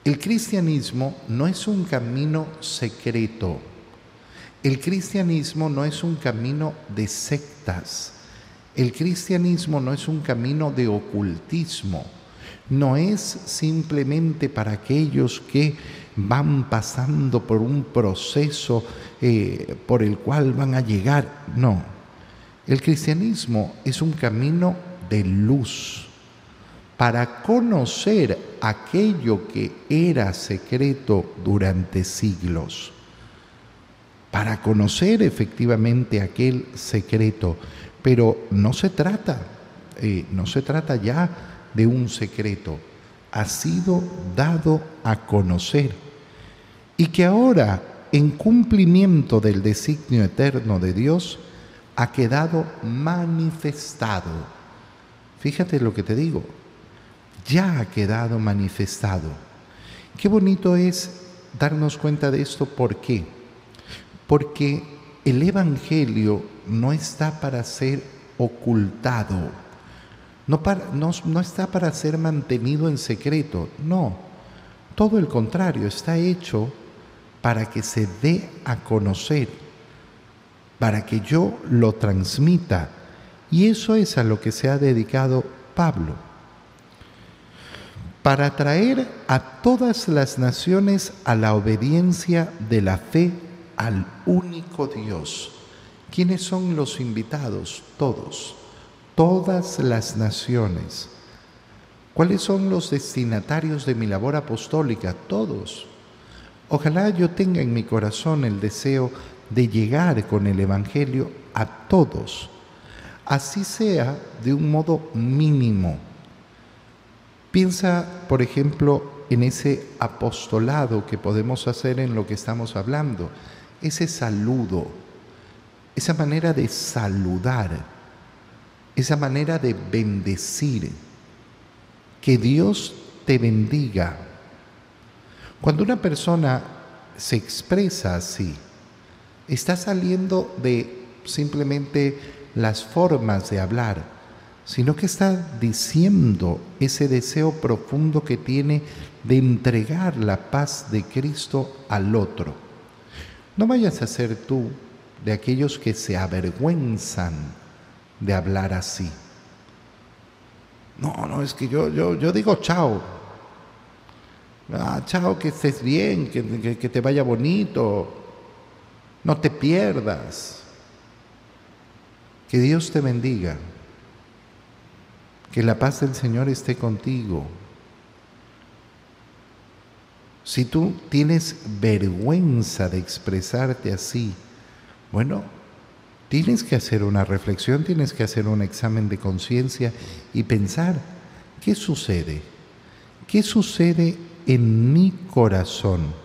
El cristianismo no es un camino secreto. El cristianismo no es un camino de sectas. El cristianismo no es un camino de ocultismo. No es simplemente para aquellos que van pasando por un proceso por el cual van a llegar. No. El cristianismo es un camino de luz para conocer aquello que era secreto durante siglos, para conocer efectivamente aquel secreto. Pero no se trata ya de un secreto, ha sido dado a conocer y que ahora, en cumplimiento del designio eterno de Dios, ha quedado manifestado. Fíjate lo que te digo, ya ha quedado manifestado. Qué bonito es darnos cuenta de esto. ¿Por qué? Porque el Evangelio no está para ser ocultado, no está para ser mantenido en secreto, no. Todo el contrario, está hecho para que se dé a conocer, para que yo lo transmita. Y eso es a lo que se ha dedicado Pablo. Para traer a todas las naciones a la obediencia de la fe al único Dios. ¿Quiénes son los invitados? Todos, todas las naciones. ¿Cuáles son los destinatarios de mi labor apostólica? Todos. Ojalá yo tenga en mi corazón el deseo de llegar con el Evangelio a todos, así sea de un modo mínimo. Piensa, por ejemplo, en ese apostolado que podemos hacer en lo que estamos hablando, ese saludo, esa manera de saludar, esa manera de bendecir. Que Dios te bendiga. Cuando una persona se expresa así, está saliendo de simplemente las formas de hablar, sino que está diciendo ese deseo profundo que tiene de entregar la paz de Cristo al otro. No vayas a ser tú de aquellos que se avergüenzan de hablar así. No, es que yo digo chao. Chao, que estés bien, que te vaya bonito. No te pierdas. Que Dios te bendiga. Que la paz del Señor esté contigo. Si tú tienes vergüenza de expresarte así, bueno, tienes que hacer una reflexión, tienes que hacer un examen de conciencia y pensar, ¿qué sucede? ¿Qué sucede en mi corazón?